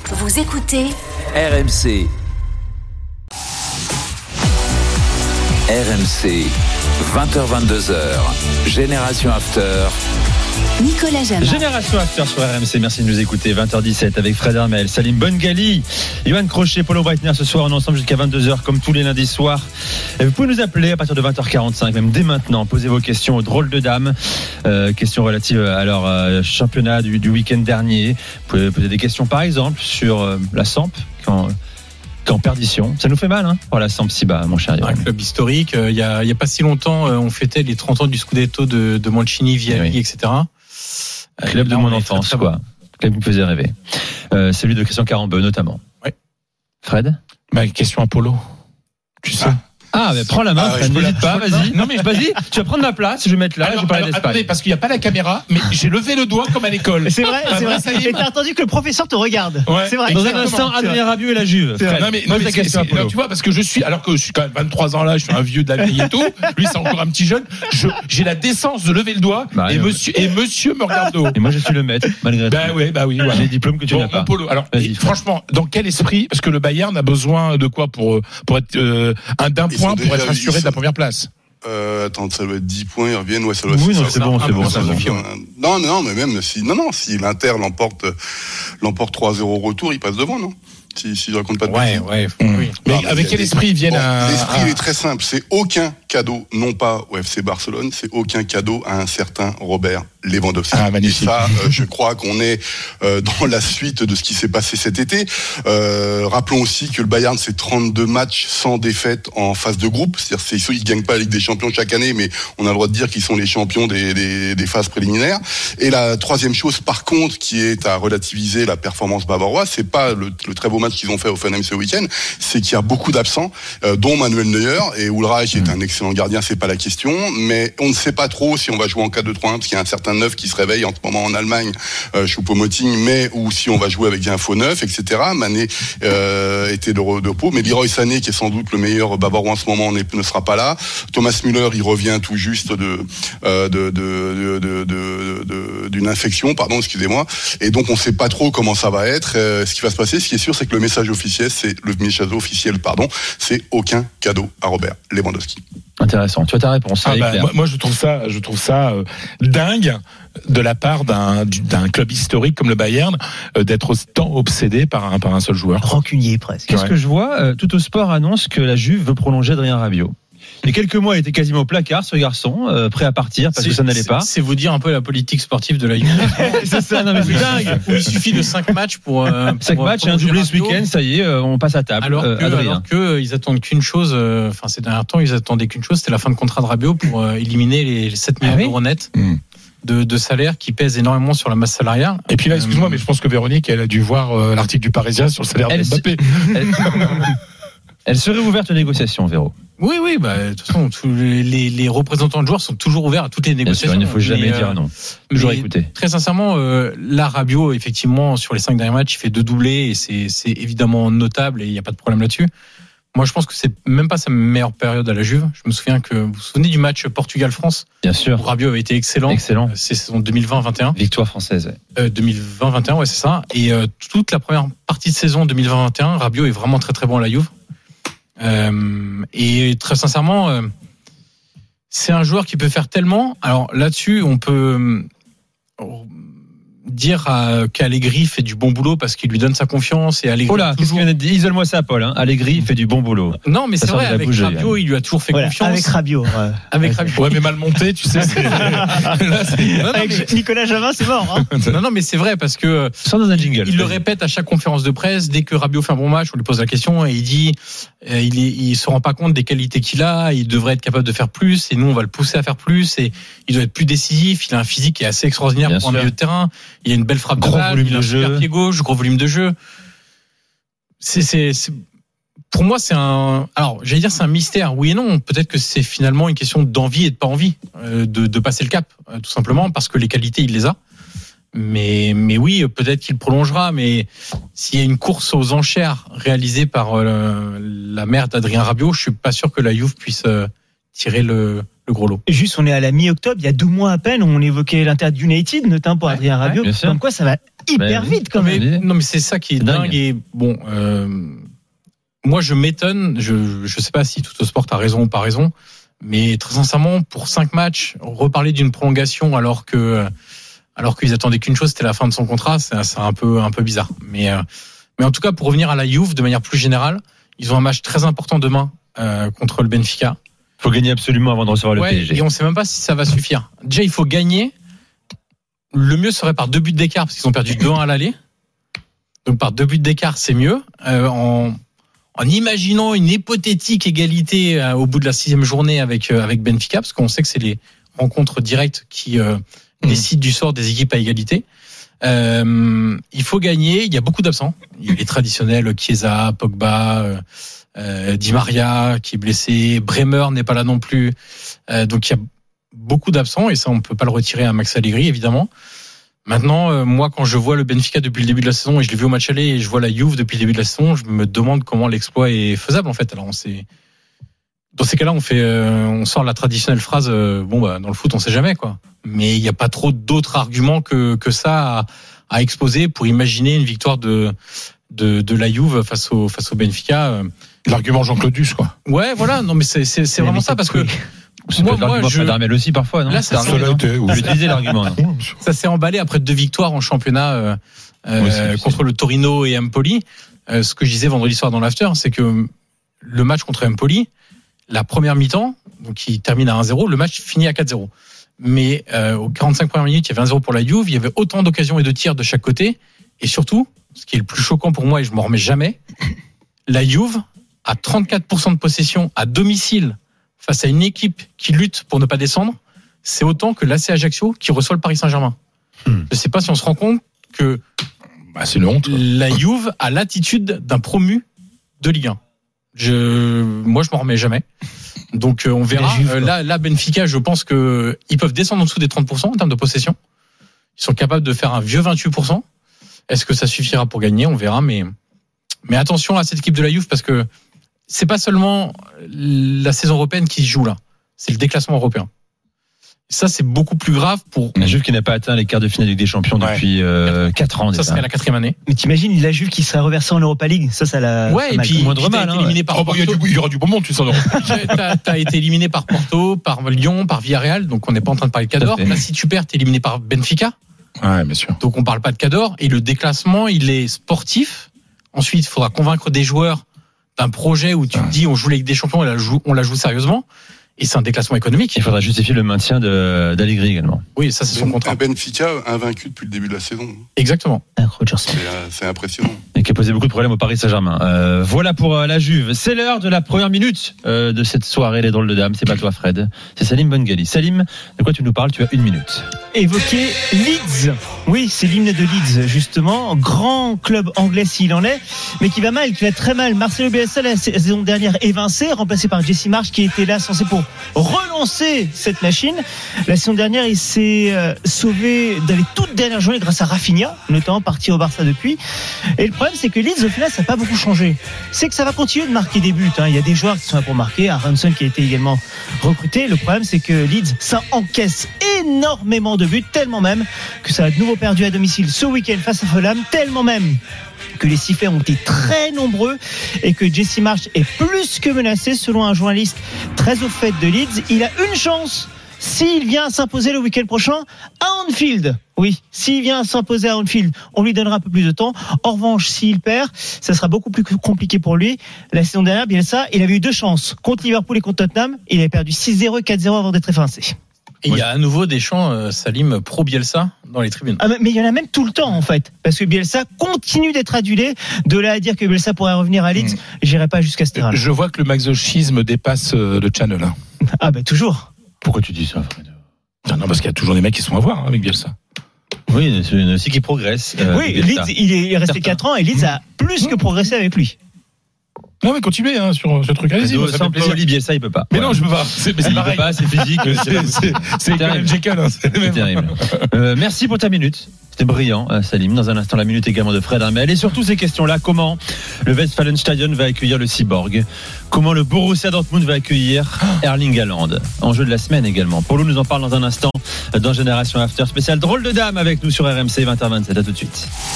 Vous écoutez RMC. RMC, 20h-22h, Génération After. Nicolas Jamin. Génération After sur RMC, merci de nous écouter. 20h17 avec Fred Hermel, Salim Bongali, Johan Crochet, Paulo Breitner. Ce soir, on est ensemble jusqu'à 22h comme tous les lundis soirs. Et vous pouvez nous appeler à partir de 20h45, même dès maintenant. Posez vos questions aux drôles de dames. Questions relatives à leur championnat du week-end dernier. Vous pouvez poser des questions par exemple sur la Samp en perdition. Ça nous fait mal, hein, pour la Samp si bas, mon cher Johan. Un club historique. Il y a pas si longtemps, on fêtait les 30 ans du Scudetto de Mancini, Vialli, etc. Club de mon enfance, très quoi. Club qui me faisait rêver. Celui de Christian Carambeu, notamment. Oui. Fred ? Question Apollo. Tu sais. Mais prends la main, Fred, n'hésite pas, vas-y. Non, mais vas-y, tu vas prendre ma place, je vais mettre là, je vais parler d'Espagne. Attendez, parce qu'il n'y a pas la caméra, mais j'ai levé le doigt comme à l'école. C'est vrai. Et t'as attendu que le professeur te regarde. Ouais. C'est vrai. Dans un instant, Adrien Rabiot et la Juve. Non, mais tu vois, parce que je suis quand même 23 ans là, je suis un vieux de la vieille et tout. Lui, c'est encore un petit jeune. J'ai la décence de lever le doigt monsieur me regarde de haut. Et moi, je suis le maître, malgré tout. Bah oui. J'ai des diplômes que tu n'as pas. Polo. Alors, franchement, dans quel esprit? Parce que le Bayern a besoin de quoi pour être d'un point pour être assuré de la première place. Attends, ça doit être 10 points, ils reviennent, ouais, ça doit être oui, non, c'est bon. Non, mais même si l'Inter l'emporte 3-0 au retour, il passe devant, non? Si je raconte pas de bêtises. Oui. Mais avec quel esprit ils viennent l'esprit il est très simple, c'est aucun cadeau, non pas au FC Barcelone, c'est aucun cadeau à un certain Robert Lewandowski. Et ça, je crois qu'on est dans la suite de ce qui s'est passé cet été. Rappelons aussi que le Bayern, c'est 32 matchs sans défaite en phase de groupe. C'est-à-dire, ils gagnent pas la Ligue des Champions chaque année, mais on a le droit de dire qu'ils sont les champions des phases préliminaires. Et la troisième chose, par contre, qui est à relativiser la performance bavaroise, c'est pas le très beau match qu'ils ont fait au Hoffenheim ce week-end, c'est qu'il y a beaucoup d'absents, dont Manuel Neuer, et Ulreich est un excellent gardien, c'est pas la question, mais on ne sait pas trop si on va jouer en 4-2-3-1, parce qu'il y a un certain neuf qui se réveille en ce moment en Allemagne, Choupo-Moting, mais ou si on va jouer avec un faux neuf, etc. Mané était de repos, mais Leroy Sané, qui est sans doute le meilleur bavarois en ce moment, ne sera pas là. Thomas Müller, il revient tout juste d'une infection, excusez-moi, et donc on sait pas trop comment ça va être, ce qui va se passer. Ce qui est sûr, c'est que le message officiel, c'est aucun cadeau à Robert Lewandowski. Intéressant. Tu as ta réponse. Moi, je trouve ça dingue de la part d'un club historique comme le Bayern d'être autant obsédé par un seul joueur. Rancunier presque. Qu'est-ce que je vois? Tout au sport annonce que la Juve veut prolonger Adrien Rabiot. Il y a quelques mois, il était quasiment au placard, ce garçon, prêt à partir parce que ça n'allait pas. C'est vous dire un peu la politique sportive de la Juve. C'est ça, non mais c'est dingue. Où il suffit de 5 matchs pour 5 matchs et un doublé ce week-end, ça y est, on passe à table. Alors que ils attendent qu'une chose, ces derniers temps, ils attendaient qu'une chose, c'était la fin de contrat de Rabiot pour éliminer les 7 millions d'euros nets. De salaire qui pèse énormément sur la masse salariale. Et puis là, excuse-moi, mais je pense que Véronique, elle a dû voir l'article du Parisien sur le salaire de Mbappé. Elle serait ouverte aux négociations, Véro. Oui, de toute façon, tous les représentants de joueurs sont toujours ouverts à toutes les négociations. Sûr, il ne faut jamais dire non. Toujours écouter. Très sincèrement, là, Rabiot, effectivement, sur les 5 derniers matchs, il fait 2 doublés et c'est évidemment notable et il n'y a pas de problème là-dessus. Moi, je pense que c'est même pas sa meilleure période à la Juve. Je me souviens vous vous souvenez du match Portugal-France? Bien sûr. Où Rabiot avait été excellent. C'est saison 2020-21. Victoire française. 2020-21, ouais, c'est ça. Et toute la première partie de saison 2020-21, Rabiot est vraiment très très bon à la Juve. Et très sincèrement, c'est un joueur qui peut faire tellement. Alors là-dessus, on peut dire qu'Allegri fait du bon boulot parce qu'il lui donne sa confiance et Allegri. Oh là, qu'est-ce qu'il vient de dire? Isole-moi ça, Paul. Allegri fait du bon boulot. Non, mais c'est vrai. Avec Rabiot, il lui a toujours fait confiance. Avec Rabiot. Ouais, mais mal monté, tu sais. Avec Nicolas Jamin, c'est mort. Hein. Non, mais c'est vrai parce que sans dans un jingle. Il le répète à chaque conférence de presse. Dès que Rabiot fait un bon match, on lui pose la question et il dit, il se rend pas compte des qualités qu'il a. Il devrait être capable de faire plus et nous, on va le pousser à faire plus et il doit être plus décisif. Il a un physique qui est assez extraordinaire pour un milieu de terrain. Il a une belle frappe de balle, il a un super pied gauche, gros volume de jeu. Pour moi, c'est c'est un mystère, oui et non. Peut-être que c'est finalement une question d'envie et de pas envie de passer le cap, tout simplement, parce que les qualités, il les a. Mais oui, peut-être qu'il prolongera. Mais s'il y a une course aux enchères réalisée par la mère d'Adrien Rabiot, je suis pas sûr que la Juve puisse tirer le gros lot. Juste, on est à la mi-octobre, il y a 2 mois à peine, on évoquait l'Inter United, notamment pour Adrien Rabiot. Comme quoi, ça va hyper vite quand même. Non, mais c'est ça qui est dingue. Et bon, moi, je m'étonne. Je sais pas si Tuttosport a raison ou pas raison, mais très sincèrement, pour 5 matchs, reparler d'une prolongation alors qu'ils attendaient qu'une chose, c'était la fin de son contrat, c'est un peu bizarre. Mais en tout cas, pour revenir à la Juve, de manière plus générale, ils ont un match très important demain contre le Benfica. Il faut gagner absolument avant de recevoir le PSG. Et on ne sait même pas si ça va suffire. Déjà, il faut gagner. Le mieux serait par 2 buts d'écart, parce qu'ils ont perdu 2-1 à l'aller. Donc par 2 buts d'écart, c'est mieux. En imaginant une hypothétique égalité au bout de la 6e journée avec Benfica, parce qu'on sait que c'est les rencontres directes qui décident du sort des équipes à égalité. Il faut gagner. Il y a beaucoup d'absents. Il y a les traditionnels Chiesa, Pogba, Di Maria qui est blessé, Bremer n'est pas là non plus. Donc il y a beaucoup d'absents et ça on peut pas le retirer à Max Allegri évidemment. Maintenant, moi quand je vois le Benfica depuis le début de la saison et je l'ai vu au match aller et je vois la Juve depuis le début de la saison, je me demande comment l'exploit est faisable en fait. Alors dans ces cas-là, on sort la traditionnelle phrase dans le foot on sait jamais quoi. Mais il n'y a pas trop d'autres arguments que ça à exposer pour imaginer une victoire de la Juve face au Benfica. L'argument Jean-Claude Duss, quoi. Ouais, voilà. Non, mais c'est vraiment ça parce que moi, Fred aussi parfois. Non, là, ça j'ai utilisé l'argument. Ça s'est emballé après 2 victoires en championnat contre le Torino et Empoli. Ce que je disais vendredi soir dans l'after, c'est que le match contre Empoli, la première mi-temps, donc qui termine à 1-0, le match finit à 4-0. Mais aux 45 premières minutes, il y avait 1-0 pour la Juve. Il y avait autant d'occasions et de tirs de chaque côté. Et surtout, ce qui est le plus choquant pour moi, et je m'en remets jamais, la Juve a 34% de possession à domicile face à une équipe qui lutte pour ne pas descendre. C'est autant que l'AC Ajaccio qui reçoit le Paris Saint-Germain. Je ne sais pas si on se rend compte que c'est une honte, la Juve a l'attitude d'un promu de Ligue 1. Moi, je m'en remets jamais. Donc, on verra. Là, Benfica, je pense que ils peuvent descendre en dessous des 30% en termes de possession. Ils sont capables de faire un vieux 28%. Est-ce que ça suffira pour gagner? On verra. Mais attention à cette équipe de la Juve parce que c'est pas seulement la saison européenne qui se joue là. C'est le déclassement européen. Ça, c'est beaucoup plus grave pour la Juve qui n'a pas atteint les quarts de finale Ligue des Champions depuis 4 ans. Ça serait la 4e année. Mais t'imagines la Juve qui serait reversée en Europa League? Ça la. Ouais, et puis moindre mal. Éliminé par Porto. Il y aura du bon monde, tu sais. T'as été éliminé par Porto, par Lyon, par Villarreal. Donc on n'est pas en train de parler de Cador. Là, si tu perds, t'es éliminé par Benfica. Ouais, bien sûr. Donc on parle pas de Cador. Et le déclassement, il est sportif. Ensuite, il faudra convaincre des joueurs d'un projet où tu te dis on joue la Ligue des Champions et on la joue sérieusement. Et c'est un déclassement économique. Il faudra justifier le maintien d'Allegri également. Oui, ça c'est son contrat. Un Benfica invaincu depuis le début de la saison. Exactement. C'est impressionnant. Et qui a posé beaucoup de problèmes au Paris Saint-Germain. Voilà pour la Juve. C'est l'heure de la première minute de cette soirée Les Drôles de Dames. C'est pas toi Fred, c'est Salim Bongali. Salim, de quoi tu nous parles? Tu as 1 minute. Évoquer Leeds. Oui, c'est l'hymne de Leeds justement. Grand club anglais s'il en est, mais qui va très mal. Marcelo Bielsa la saison dernière évincé, remplacé par Jesse Marsch qui était là censé pour relancer cette machine. La saison dernière, il s'est sauvé dans les toutes dernières journées grâce à Rafinha, notamment parti au Barça depuis. Et le problème, c'est que Leeds, au final, ça n'a pas beaucoup changé. C'est que ça va continuer de marquer des buts. Il y a des joueurs qui sont là pour marquer. Aronson qui a été également recruté. Le problème, c'est que Leeds, ça encaisse énormément de buts, tellement même que ça a de nouveau perdu à domicile ce week-end face à Fulham, tellement même que les sifflets ont été très nombreux et que Jesse Marsch est plus que menacé selon un journaliste très au fait de Leeds. Il a une chance s'il vient s'imposer le week-end prochain à Anfield. Oui, s'il vient s'imposer à Anfield, on lui donnera un peu plus de temps. En revanche, s'il perd, ça sera beaucoup plus compliqué pour lui. La saison dernière, Bielsa, il avait eu 2 chances contre Liverpool et contre Tottenham. Il avait perdu 6-0 et 4-0 avant d'être évincé. Et il y a à nouveau des chants, Salim, pro-Bielsa dans les tribunes. Mais il y en a même tout le temps, en fait. Parce que Bielsa continue d'être adulé. De là à dire que Bielsa pourrait revenir à Leeds, j'irai pas jusqu'à ce terrain. Je vois que le masochisme dépasse le channel. Toujours. Pourquoi tu dis ça, Fred? Non, parce qu'il y a toujours des mecs qui sont à voir avec Bielsa. Oui, c'est aussi qui progresse. Oui, Leeds, il est resté 4 ans et Leeds a plus que progressé avec lui. Non mais continuez sur ce truc, allez-y. Ça fait plaisir. Bielsa il peut pas. Mais non, je peux pas. C'est pareil. C'est physique. C'est terrible. C'est terrible. Merci pour ta minute. C'était brillant, Salim. Dans un instant, la minute également de Fred Hermel. Et surtout ces questions-là, comment le Westfalenstadion va accueillir le Cyborg? Comment le Borussia Dortmund va accueillir Erling Haaland? Enjeu de la semaine également. Polo nous en parle dans un instant dans Génération After spécial drôle de dame avec nous sur RMC 20h27. À tout de suite.